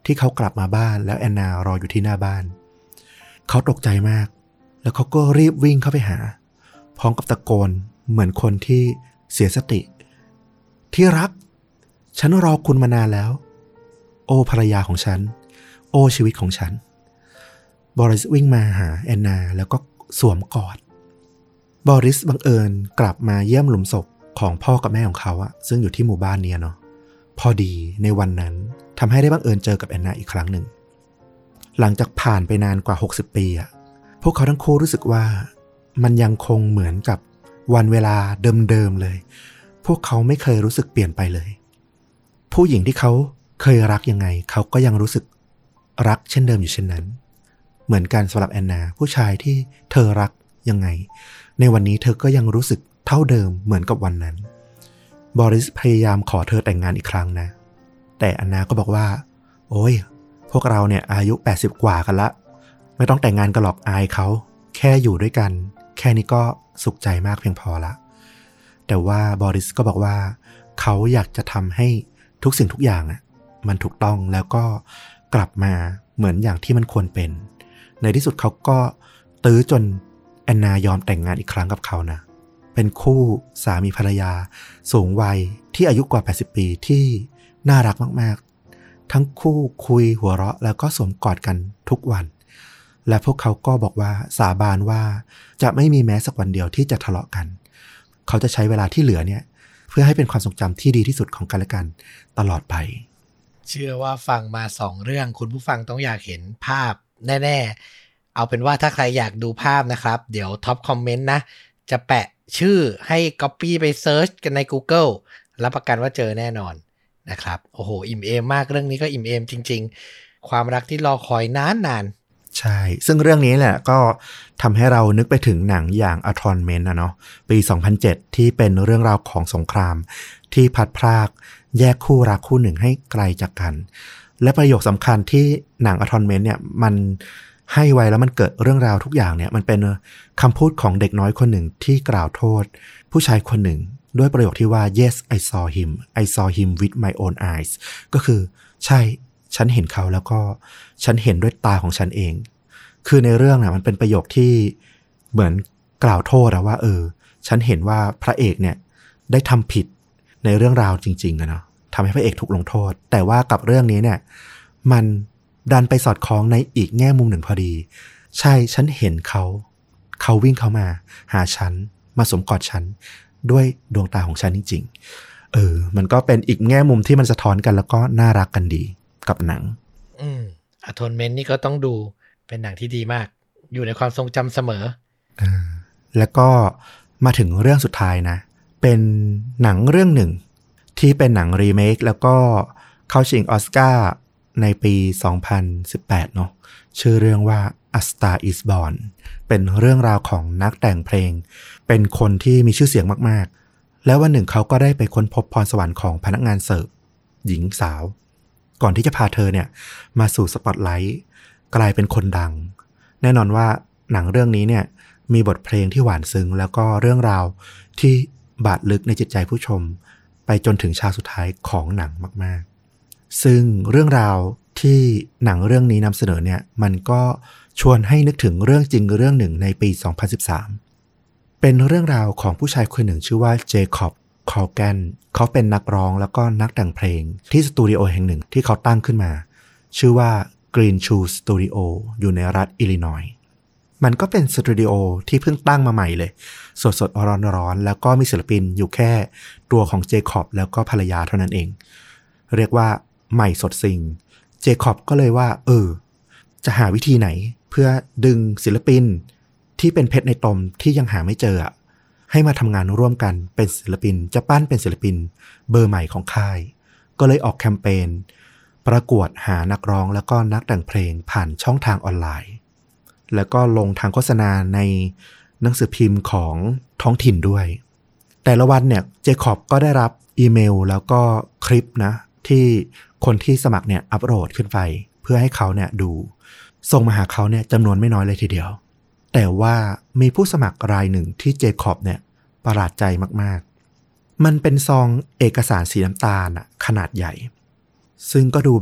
[SPEAKER 1] ที่เขากลับมาบ้านแล้วแอนนารออยู่ที่หน้าบ้านเขาตกใจมากแล้วเขาก็รีบวิ่งเข้าไปหาพร้อมกับตะโกนเหมือนคนที่เสียสติที่รักฉันรอคุณมานานแล้วโอ้ภรรยาของฉันโอ้ชีวิตของฉันบอริสวิ่งมาหาแอนนาแล้วก็สวมกอดบอริสบังเอิญกลับมาเยี่ยมหลุมศพของพ่อกับแม่ของเขาอะซึ่งอยู่ที่หมู่บ้านนี้เนาะพอดีในวันนั้นทำให้ได้บังเอิญเจอกับแอนนาอีกครั้งหนึ่งหลังจากผ่านไปนานกว่าหกสิบปีอะพวกเขาทั้งคู่รู้สึกว่ามันยังคงเหมือนกับวันเวลาเดิมๆเลยพวกเขาไม่เคยรู้สึกเปลี่ยนไปเลยผู้หญิงที่เขาเคยรักยังไงเขาก็ยังรู้สึกรักเช่นเดิมอยู่เช่นนั้นเหมือนกันสำหรับแอนนาผู้ชายที่เธอรักยังไงในวันนี้เธอก็ยังรู้สึกเท่าเดิมเหมือนกับวันนั้นบอริสพยายามขอเธอแต่งงานอีกครั้งนะแต่แอนนาก็บอกว่าโอ้ยพวกเราเนี่ยอายุแปดสิบกว่ากันละไม่ต้องแต่งงานกันหรอกอายเขาแค่อยู่ด้วยกันแค่นี้ก็สุขใจมากเพียงพอละแต่ว่าบอริสก็บอกว่าเขาอยากจะทำให้ทุกสิ่งทุกอย่างอ่ะมันถูกต้องแล้วก็กลับมาเหมือนอย่างที่มันควรเป็นในที่สุดเขาก็ตื้อจนแอนนายอมแต่งงานอีกครั้งกับเขานะเป็นคู่สามีภรรยาสูงวัยที่อายุกว่าแปดสิบปีที่น่ารักมากๆทั้งคู่คุยหัวเราะแล้วก็สวมกอดกันทุกวันและพวกเขาก็บอกว่าสาบานว่าจะไม่มีแม้สักวันเดียวที่จะทะเลาะกันเขาจะใช้เวลาที่เหลือเนี่ยเพื่อให้เป็นความทรงจำที่ดีที่สุดของกันและกันตลอดไป
[SPEAKER 2] เชื่อว่าฟังมาสองเรื่องคุณผู้ฟังต้องอยากเห็นภาพแน่ๆเอาเป็นว่าถ้าใครอยากดูภาพนะครับเดี๋ยวท็อปคอมเมนต์นะจะแปะชื่อให้ Copy ไปเซิร์ชกันใน Google รับประกันว่าเจอแน่นอนนะครับโอ้โหอิ่มเอมมากเรื่องนี้ก็อิ่มเอมจริงๆความรักที่รอคอยนานๆ
[SPEAKER 1] ใช่ซึ่งเรื่องนี้แหละก็ทำให้เรานึกไปถึงหนังอย่าง Atonement นะเนาะปีสองพันเจ็ดที่เป็นเรื่องราวของสงครามที่พัดพรากแยกคู่รักคู่หนึ่งให้ไกลจากกันและประโยคสำคัญที่หนัง Atonement เนี่ยมันให้ไว้แล้วมันเกิดเรื่องราวทุกอย่างเนี่ยมันเป็นคำพูดของเด็กน้อยคนหนึ่งที่กล่าวโทษผู้ชายคนหนึ่งด้วยประโยคที่ว่า yes I saw him I saw him with my own eyes ก็คือใช่ฉันเห็นเขาแล้วก็ฉันเห็นด้วยตาของฉันเองคือในเรื่องน่ะมันเป็นประโยคที่เหมือนกล่าวโทษอะว่าเออฉันเห็นว่าพระเอกเนี่ยได้ทำผิดในเรื่องราวจริงๆอะเนาะทำให้พระเอกถูกลงโทษแต่ว่ากับเรื่องนี้เนี่ยมันดันไปสอดคล้องในอีกแง่มุมหนึ่งพอดีใช่ฉันเห็นเขาเขาวิ่งเข้ามาหาฉันมาสวมกอดฉันด้วยดวงตาของฉันจริงๆเออมันก็เป็นอีกแง่มุมที่มันสะท้อนกันแล้วก็น่ารักกันดีกับหนัง
[SPEAKER 2] อืม Atonement นี่ก็ต้องดูเป็นหนังที่ดีมากอยู่ในความทรงจำเสมอ
[SPEAKER 1] อ่าแล้วก็มาถึงเรื่องสุดท้ายนะเป็นหนังเรื่องหนึ่งที่เป็นหนังรีเมคแล้วก็เข้าชิงออสการ์ในปีสองพันสิบแปดเนาะชื่อเรื่องว่า A Star Is Born เป็นเรื่องราวของนักแต่งเพลงเป็นคนที่มีชื่อเสียงมากๆแล้ววันหนึ่งเขาก็ได้ไปค้นพบพรสวรรค์ของพนักงานเสิร์ฟหญิงสาวก่อนที่จะพาเธอเนี่ยมาสู่สปอตไลท์กลายเป็นคนดังแน่นอนว่าหนังเรื่องนี้เนี่ยมีบทเพลงที่หวานซึ้งแล้วก็เรื่องราวที่บาดลึกในจิตใจผู้ชมไปจนถึงฉากสุดท้ายของหนังมากๆซึ่งเรื่องราวที่หนังเรื่องนี้นำเสนอเนี่ยมันก็ชวนให้นึกถึงเรื่องจริงเรื่องหนึ่งในปีสองพันสิบสามเป็นเรื่องราวของผู้ชายคนหนึ่งชื่อว่าเจคอบคอลแกนเขาเป็นนักร้องแล้วก็นักแต่งเพลงที่สตูดิโอแห่งหนึ่งที่เขาตั้งขึ้นมาชื่อว่า Green Shoe Studio อยู่ในรัฐอิลลินอยส์มันก็เป็นสตูดิโอที่เพิ่งตั้งมาใหม่เลยสดๆร้อนๆแล้วก็มีศิลปินอยู่แค่ตัวของเจคอบแล้วก็ภรรยาเท่านั้นเองเรียกว่าใหม่สดซิงเจคอบก็เลยว่าเออจะหาวิธีไหนเพื่อดึงศิลปินที่เป็นเพชรในตมที่ยังหาไม่เจอให้มาทำงานร่วมกันเป็นศิลปินจะปั้นเป็นศิลปินเบอร์ใหม่ของค่ายก็เลยออกแคมเปญประกวดหานักร้องแล้วก็นักแต่งเพลงผ่านช่องทางออนไลน์แล้วก็ลงทางโฆษณาในหนังสือพิมพ์ของท้องถิ่นด้วยแต่ละวันเนี่ยเจคอบก็ได้รับอีเมลแล้วก็คลิปนะที่คนที่สมัครเนี่ยอัปโหลดขึ้นไปเพื่อให้เขาเนี่ยดูส่งมาหาเขาเนี่ยจำนวนไม่น้อยเลยทีเดียวแต่ว่ามีผู้สมัครรายหนึ่งที่เจคอบเนี่ยประหลาดใจมากๆมันเป็นซองเอกสารสีน้ำตาลอะขนาดใหญ่ซึ่งก็ดูแบบ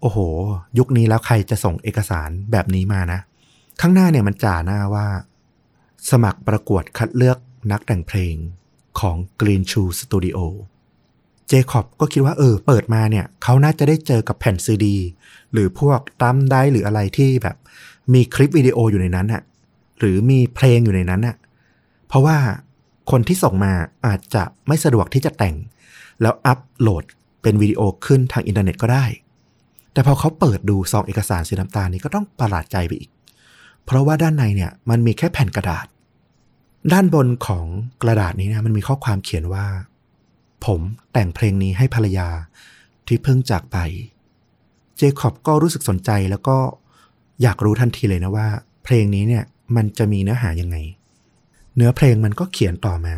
[SPEAKER 1] โอ้โหยุคนี้แล้วใครจะส่งเอกสารแบบนี้มานะข้างหน้าเนี่ยมันจ่าหน้าว่าสมัครประกวดคัดเลือกนักแต่งเพลงของ Green Shoe Studio เจคอบก็คิดว่าเออเปิดมาเนี่ยเขาน่าจะได้เจอกับแผ่นซีดีหรือพวกตั้มได้หรืออะไรที่แบบมีคลิปวิดีโออยู่ในนั้นน่ะหรือมีเพลงอยู่ในนั้นน่ะเพราะว่าคนที่ส่งมาอาจจะไม่สะดวกที่จะแต่งแล้วอัปโหลดเป็นวิดีโอขึ้นทางอินเทอร์เน็ตก็ได้แต่พอเขาเปิดดูซองเอกสารสีน้ำตาลนี้ก็ต้องประหลาดใจไปอีกเพราะว่าด้านในเนี่ยมันมีแค่แผ่นกระดาษด้านบนของกระดาษนี้นะมันมีข้อความเขียนว่าผมแต่งเพลงนี้ให้ภรรยาที่เพิ่งจากไปเจคอบก็รู้สึกสนใจแล้วก็อยากรู้ทันทีเลยนะว่าเพลงนี้เนี่ยมันจะมีเนื้อหายังไงเนื้อเพลงมันก็เขียนต่อมา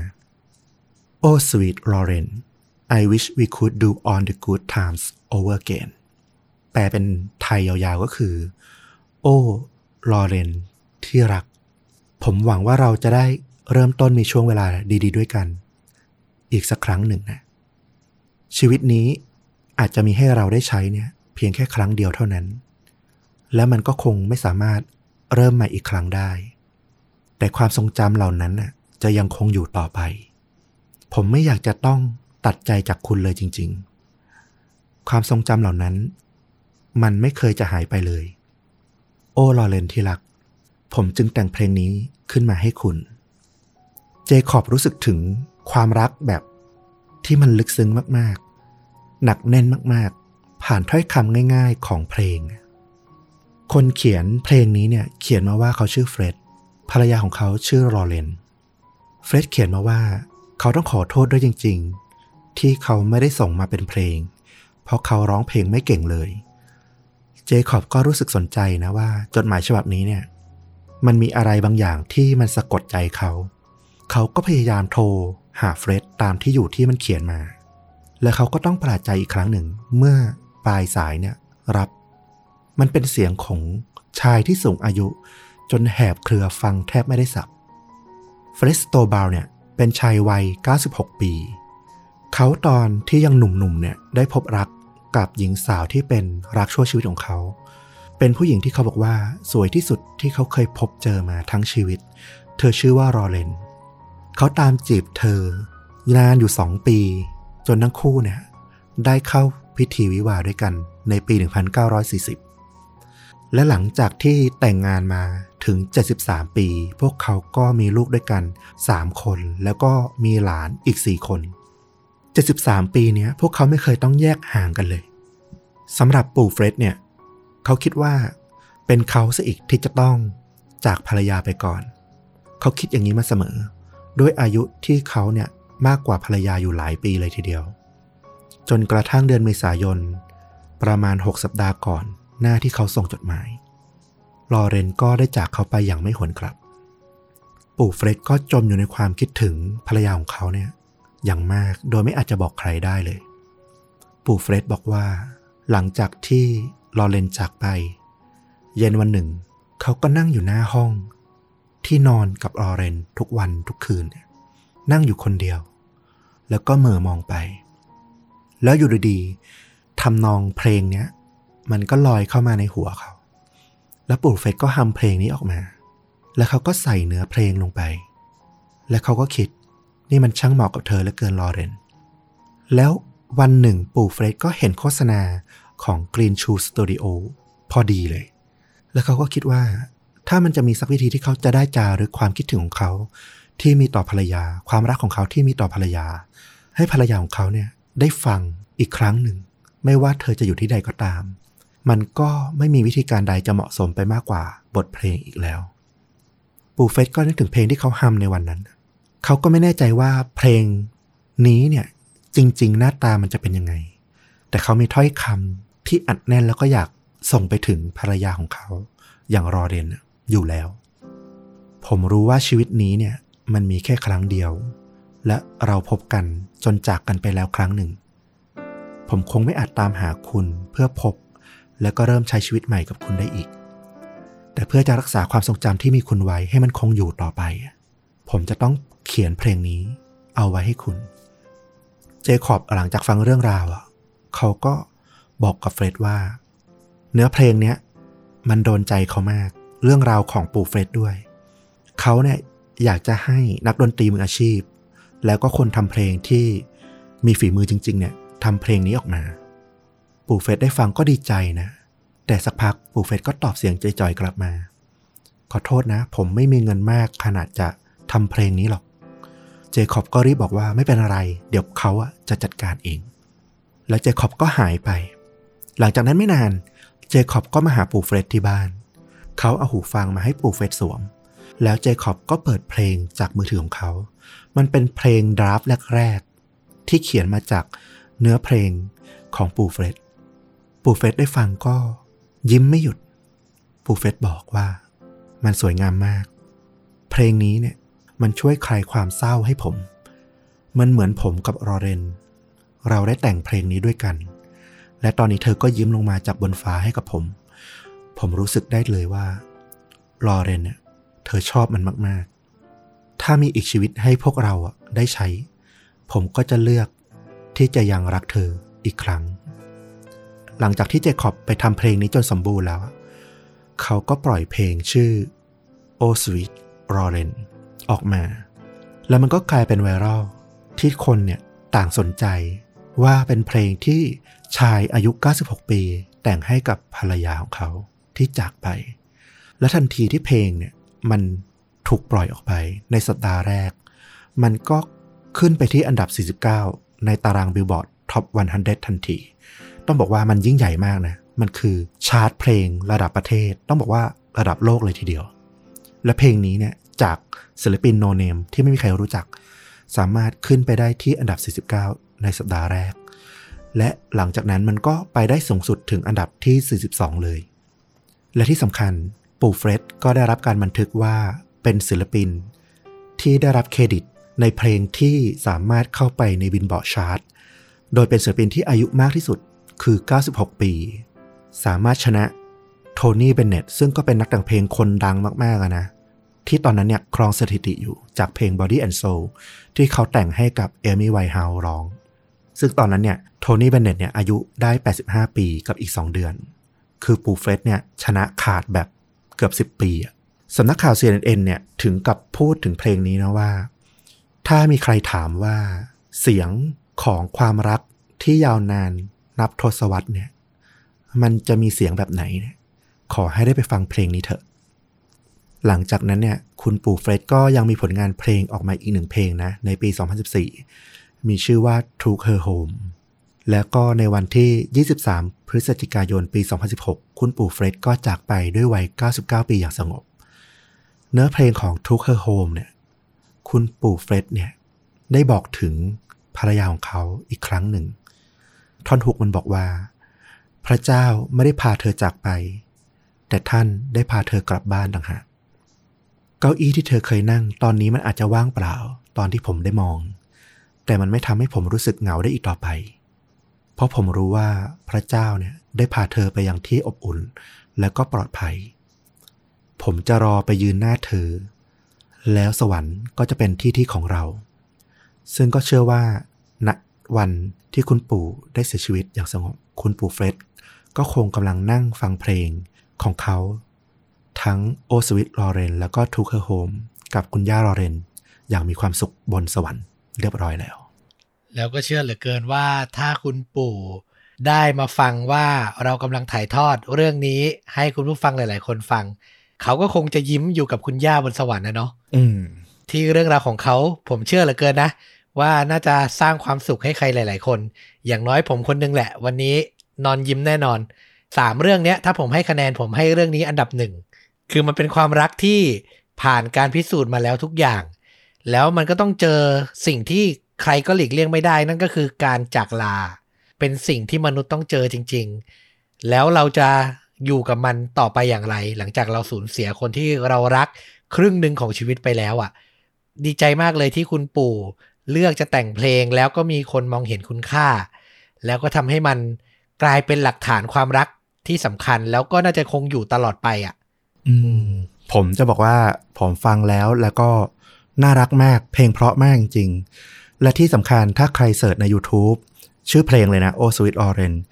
[SPEAKER 1] Oh sweet Lauren I wish we could do all the good times over again แปลเป็นไทยยาวๆก็คือโอ้ลอเรนที่รักผมหวังว่าเราจะได้เริ่มต้นมีช่วงเวลาดีๆด้วยกันอีกสักครั้งหนึ่งนะชีวิตนี้อาจจะมีให้เราได้ใช้เนี่ยเพียงแค่ครั้งเดียวเท่านั้นและมันก็คงไม่สามารถเริ่มใหม่อีกครั้งได้แต่ความทรงจำเหล่านั้นน่ะจะยังคงอยู่ต่อไปผมไม่อยากจะต้องตัดใจจากคุณเลยจริงๆความทรงจำเหล่านั้นมันไม่เคยจะหายไปเลยโอ้ลอเรนที่รักผมจึงแต่งเพลงนี้ขึ้นมาให้คุณเจคอบรู้สึกถึงความรักแบบที่มันลึกซึ้งมากๆหนักแน่นมากๆผ่านถ้อยคำง่ายๆของเพลงคนเขียนเพลงนี้เนี่ยเขียนมาว่าเขาชื่อเฟร็ดภรรยาของเขาชื่อลอเรนเฟร็ดเขียนมาว่าเขาต้องขอโทษด้วยจริงๆที่เขาไม่ได้ส่งมาเป็นเพลงเพราะเขาร้องเพลงไม่เก่งเลยเจคอบก็รู้สึกสนใจนะว่าจดหมายฉบับนี้เนี่ยมันมีอะไรบางอย่างที่มันสะกดใจเขาเขาก็พยายามโทรหาเฟร็ดตามที่อยู่ที่มันเขียนมาและเขาก็ต้องประหลาดใจอีกครั้งหนึ่งเมื่อปลายสายเนี่ยรับมันเป็นเสียงของชายที่สูงอายุจนแหบเครือฟังแทบไม่ได้สับเฟร็ดสโตบาลเนี่ยเป็นชายวัยเก้าสิบหกปีเขาตอนที่ยังหนุ่มๆเนี่ยได้พบรักกับหญิงสาวที่เป็นรักชั่วชีวิตของเขาเป็นผู้หญิงที่เขาบอกว่าสวยที่สุดที่เขาเคยพบเจอมาทั้งชีวิตเธอชื่อว่าลอเรนเขาตามจีบเธอนานอยู่สองปีจนทั้งคู่เนี่ยได้เข้าพิธีวิวาห์ด้วยกันในปีหนึ่งพันเก้าร้อยสี่สิบและหลังจากที่แต่งงานมาถึงเจ็ดสิบสามปีพวกเขาก็มีลูกด้วยกันสามคนแล้วก็มีหลานอีกสี่คนเจ็ดสิบสามปีเนี้ยพวกเขาไม่เคยต้องแยกห่างกันเลยสำหรับปู่เฟร็ดเนี่ยเขาคิดว่าเป็นเขาซะอีกที่จะต้องจากภรรยาไปก่อนเขาคิดอย่างนี้มาเสมอด้วยอายุที่เขาเนี่ยมากกว่าภรรยาอยู่หลายปีเลยทีเดียวจนกระทั่งเดือนเมษายนประมาณหกสัปดาห์ก่อนหน้าที่เขาส่งจดหมายลอเรนก็ได้จากเขาไปอย่างไม่หวนกลับปู่เฟร็ดก็จมอยู่ในความคิดถึงภรรยาของเขาเนี่ยอย่างมากโดยไม่อาจจะบอกใครได้เลยปู่เฟร็ดบอกว่าหลังจากที่ลอเรนจากไปเย็นวันหนึ่งเขาก็นั่งอยู่หน้าห้องที่นอนกับลอเรนทุกวันทุกคืนนั่งอยู่คนเดียวแล้วก็เหม่อมองไปแล้วอยู่ดีๆทำนองเพลงเนี้ยมันก็ลอยเข้ามาในหัวเขาแล้วปู่เฟร็ดก็ฮัมเพลงนี้ออกมาแล้วเขาก็ใส่เนื้อเพลงลงไปและเขาก็คิดนี่มันช่างเหมาะกับเธอเหลือเกินลอเรนแล้ววันหนึ่งปู่เฟร็ดก็เห็นโฆษณาของ Green Shoe Studio พอดีเลยแล้วเขาก็คิดว่าถ้ามันจะมีสักวิธีที่เขาจะได้จารึกความคิดถึงของเขาที่มีต่อภรรยาความรักของเขาที่มีต่อภรรยาให้ภรรยาของเขาเนี่ยได้ฟังอีกครั้งหนึ่งไม่ว่าเธอจะอยู่ที่ใดก็ตามมันก็ไม่มีวิธีการใดจะเหมาะสมไปมากกว่าบทเพลงอีกแล้วปู่เฟร็ดก็นึกถึงเพลงที่เขาฮัมในวันนั้นเขาก็ไม่แน่ใจว่าเพลงนี้เนี่ยจริงๆหน้าตามันจะเป็นยังไงแต่เขามีถ้อยคำที่อัดแน่นแล้วก็อยากส่งไปถึงภรรยาของเขาอย่างลอเรนอยู่แล้วผมรู้ว่าชีวิตนี้เนี่ยมันมีแค่ครั้งเดียวและเราพบกันจนจากกันไปแล้วครั้งหนึ่งผมคงไม่อาจตามหาคุณเพื่อพบแล้วก็เริ่มใช้ชีวิตใหม่กับคุณได้อีกแต่เพื่อจะรักษาความทรงจำที่มีคุณไว้ให้มันคงอยู่ต่อไปผมจะต้องเขียนเพลงนี้เอาไว้ให้คุณเจคอบหลังจากฟังเรื่องราวเขาก็บอกกับเฟร็ดว่าเนื้อเพลงเนี้ยมันโดนใจเขามากเรื่องราวของปู่เฟร็ดด้วยเขาเนี่ยอยากจะให้นักดนตรีมืออาชีพแล้วก็คนทำเพลงที่มีฝีมือจริงๆเนี่ยทำเพลงนี้ออกมาปู่เฟร็ดได้ฟังก็ดีใจนะแต่สักพักปู่เฟร็ดก็ตอบเสียงจ่อยๆกลับมาขอโทษนะผมไม่มีเงินมากขนาดจะทำเพลงนี้หรอกเจคอบก็รีบบอกว่าไม่เป็นอะไรเดี๋ยวเขาอะจะจัดการเองแล้วเจคอบก็หายไปหลังจากนั้นไม่นานเจคอบก็มาหาปู่เฟร็ดที่บ้านเขาเอาหูฟังมาให้ปู่เฟร็ดสวมแล้วเจคอบก็เปิดเพลงจากมือถือของเขามันเป็นเพลงดราฟแรกๆที่เขียนมาจากเนื้อเพลงของปู่เฟร็ดปู่เฟร็ดได้ฟังก็ยิ้มไม่หยุดปู่เฟร็ดบอกว่ามันสวยงามมากเพลงนี้เนี่ยมันช่วยคลายความเศร้าให้ผมมันเหมือนผมกับลอเรนเราได้แต่งเพลงนี้ด้วยกันและตอนนี้เธอก็ยิ้มลงมาจากบนฟ้าให้กับผมผมรู้สึกได้เลยว่าลอเรนเนี่ยเธอชอบมันมากๆถ้ามีอีกชีวิตให้พวกเราอ่ะได้ใช้ผมก็จะเลือกที่จะยังรักเธออีกครั้งหลังจากที่เจคอบไปทำเพลงนี้จนสมบูรณ์แล้วเขาก็ปล่อยเพลงชื่อ Oh Sweet Lauren ออกมาแล้วมันก็กลายเป็นไวรัลที่คนเนี่ยต่างสนใจว่าเป็นเพลงที่ชายอายุเก้าสิบหกปีแต่งให้กับภรรยาของเขาที่จากไปและทันทีที่เพลงเนี่ยมันถูกปล่อยออกไปในสัปดาห์แรกมันก็ขึ้นไปที่อันดับสี่สิบเก้าในตารางบิลบอร์ดท็อปหนึ่งร้อยทันทีต้องบอกว่ามันยิ่งใหญ่มากนะมันคือชาร์ตเพลงระดับประเทศต้องบอกว่าระดับโลกเลยทีเดียวและเพลงนี้เนี่ยจากศิลปินโนเนมที่ไม่มีใครรู้จักสามารถขึ้นไปได้ที่อันดับสี่สิบเก้าในสัปดาห์แรกและหลังจากนั้นมันก็ไปได้สูงสุดถึงอันดับที่สี่สิบสองเลยและที่สำคัญปู่เฟร็ดก็ได้รับการบันทึกว่าเป็นศิลปินที่ได้รับเครดิตในเพลงที่สามารถเข้าไปในบิลบอร์ดชาร์ตโดยเป็นศิลปินที่อายุมากที่สุดคือเก้าสิบหกปีสามารถชนะโทนี่เบนเน็ตซึ่งก็เป็นนักแต่งเพลงคนดังมากๆนะที่ตอนนั้นเนี่ยครองสถิติอยู่จากเพลง Body and Soul ที่เขาแต่งให้กับเอมี่ไวท์เฮาส์ร้องซึ่งตอนนั้นเนี่ยโทนี่เบนเน็ตเนี่ยอายุได้แปดสิบห้าปีกับอีกสองเดือนคือปู่เฟร็ดเนี่ยชนะขาดแบบเกือบสิบปีอ่ะสำนักข่าว ซี เอ็น เอ็น เนี่ยถึงกับพูดถึงเพลงนี้นะว่าถ้ามีใครถามว่าเสียงของความรักที่ยาวนานนับทศวรรษเนี่ยมันจะมีเสียงแบบไหนเนี่ยขอให้ได้ไปฟังเพลงนี้เถอะหลังจากนั้นเนี่ยคุณปู่เฟร็ดก็ยังมีผลงานเพลงออกมาอีกหนึ่งเพลงนะในปีสองพันสิบสี่มีชื่อว่า Took Her Home แล้วก็ในวันที่ยี่สิบสามพฤศจิกายนปีสองพันสิบหกคุณปู่เฟร็ดก็จากไปด้วยวัยเก้าสิบเก้าปีอย่างสงบเนื้อเพลงของ Took Her Home เนี่ยคุณปู่เฟร็ดเนี่ยได้บอกถึงภรรยาของเขาอีกครั้งหนึ่งท่อนฮุกมันบอกว่าพระเจ้าไม่ได้พาเธอจากไปแต่ท่านได้พาเธอกลับบ้านต่างหากเก้าอี้ที่เธอเคยนั่งตอนนี้มันอาจจะว่างเปล่าตอนที่ผมได้มองแต่มันไม่ทำให้ผมรู้สึกเหงาได้อีกต่อไปเพราะผมรู้ว่าพระเจ้าเนี่ยได้พาเธอไปยังที่อบอุ่นและก็ปลอดภัยผมจะรอไปยืนหน้าเธอแล้วสวรรค์ก็จะเป็นที่ที่ของเราซึ่งก็เชื่อว่าณวันที่คุณปู่ได้เสียชีวิตอย่างสงบคุณปู่เฟร็ดก็คงกำลังนั่งฟังเพลงของเขาทั้ง Oh Sweet Lauren แล้วก็ Took Her Home กับคุณย่าลอเรนอย่างมีความสุขบนสวรรค์เรียบร้อยแล้ว
[SPEAKER 2] แล้วก็เชื่อเหลือเกินว่าถ้าคุณปู่ได้มาฟังว่าเรากำลังถ่ายทอดเรื่องนี้ให้คุณผู้ฟังหลายๆคนฟังเขาก็คงจะยิ้มอยู่กับคุณย่าบนสวรรค์นะเนาะ
[SPEAKER 1] อืม
[SPEAKER 2] ที่เรื่องราวของเขาผมเชื่อเหลือเกินนะว่าน่าจะสร้างความสุขให้ใครหลายๆคนอย่างน้อยผมคนนึงแหละวันนี้นอนยิ้มแน่นอนสามเรื่องเนี้ยถ้าผมให้คะแนนผมให้เรื่องนี้อันดับหนึ่งคือมันเป็นความรักที่ผ่านการพิสูจน์มาแล้วทุกอย่างแล้วมันก็ต้องเจอสิ่งที่ใครก็หลีกเลี่ยงไม่ได้นั่นก็คือการจากลาเป็นสิ่งที่มนุษย์ต้องเจอจริงๆแล้วเราจะอยู่กับมันต่อไปอย่างไรหลังจากเราสูญเสียคนที่เรารักครึ่งหนึ่งของชีวิตไปแล้วอ่ะดีใจมากเลยที่คุณปู่เลือกจะแต่งเพลงแล้วก็มีคนมองเห็นคุณค่าแล้วก็ทำให้มันกลายเป็นหลักฐานความรักที่สำคัญแล้วก็น่าจะคงอยู่ตลอดไปอ่ะ
[SPEAKER 1] อืมผมจะบอกว่าผมฟังแล้วแล้วก็น่ารักมากเพลงเพราะมากจริงๆและที่สำคัญถ้าใครเสิร์ชใน YouTube ชื่อเพลงเลยนะ Oh Sweet Lauren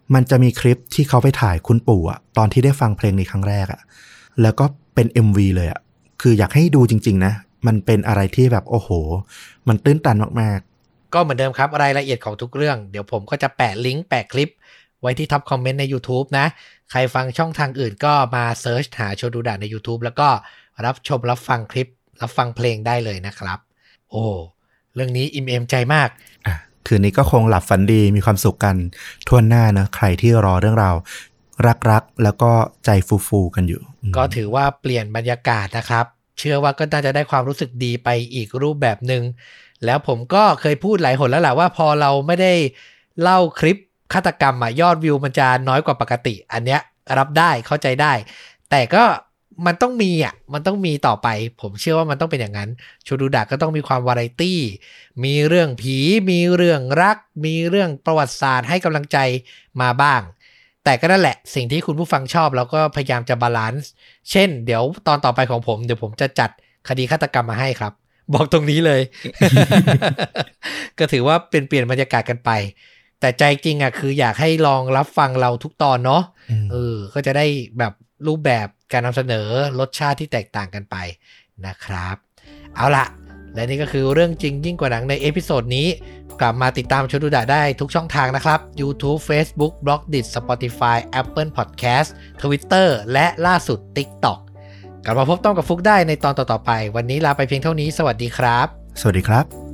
[SPEAKER 1] มันจะมีคลิปที่เขาไปถ่ายคุณปู่อะตอนที่ได้ฟังเพลงในครั้งแรกอะแล้วก็เป็น เอ็ม วี เลยอะคืออยากให้ดูจริงๆนะมันเป็นอะไรที่แบบโอ้โหมันตื้นตันมาก
[SPEAKER 2] ๆก็เหมือนเดิมครับรายละเอียดของทุกเรื่องเดี๋ยวผมก็จะแปะลิงก์แปะคลิปไว้ที่ท็อปคอมเมนต์ใน YouTube นะใครฟังช่องทางอื่นก็มาเซิร์ชหาโชดูดะใน YouTube แล้วก็รับชมรับฟังคลิปรับฟังเพลงได้เลยนะครับโอ้เรื่องนี้อิ่มเอมใจมาก
[SPEAKER 1] อ่ะคืนนี้ก็คงหลับฝันดีมีความสุขกันทั่วหน้านะใครที่รอเรื่องราวรักๆแล้วก็ใจฟูๆกันอยู่
[SPEAKER 2] ก็ถือว่าเปลี่ยนบรรยากาศนะครับเชื่อว่าก็น่าจะได้ความรู้สึกดีไปอีกรูปแบบนึงแล้วผมก็เคยพูดหลายหนแล้วแหละว่าพอเราไม่ได้เล่าคลิปฆาตกรรมอ่ะยอดวิวมันจะน้อยกว่าปกติอันเนี้ยรับได้เข้าใจได้แต่ก็มันต้องมีอ่ะมันต้องมีต่อไปผมเชื่อว่ามันต้องเป็นอย่างนั้นโชดูดะก็ต้องมีความวาไรตี้มีเรื่องผีมีเรื่องรักมีเรื่องประวัติศาสตร์ให้กำลังใจมาบ้างแต่ก็นั่นแหละสิ่งที่คุณผู้ฟังชอบเราก็พยายามจะบาลานซ์เช่นเดี๋ยวตอนต่อไปของผมเดี๋ยวผมจะจัดคดีฆาตกรรมมาให้ครับบอกตรงนี้เลย ก็ถือว่าเป็นเปลี่ยนบรรยากาศกันไปแต่ใจจริงอ่ะคืออยากให้ลองรับฟังเราทุกตอนเนาะเออก็จะได้แบบรูปแบบการนำเสนอรสชาติที่แตกต่างกันไปนะครับเอาล่ะและนี่ก็คือเรื่องจริงยิ่งกว่าหนังในเอพิโซดนี้กลับมาติดตามโชดูดะได้ทุกช่องทางนะครับ YouTube Facebook Blogdit Spotify Apple Podcast Twitter และล่าสุด TikTok กลับมาพบต้อมกับฟุกได้ในตอนต่อๆไปวันนี้ลาไปเพียงเท่านี้สวัสดีครับ
[SPEAKER 1] สวัสดีครับ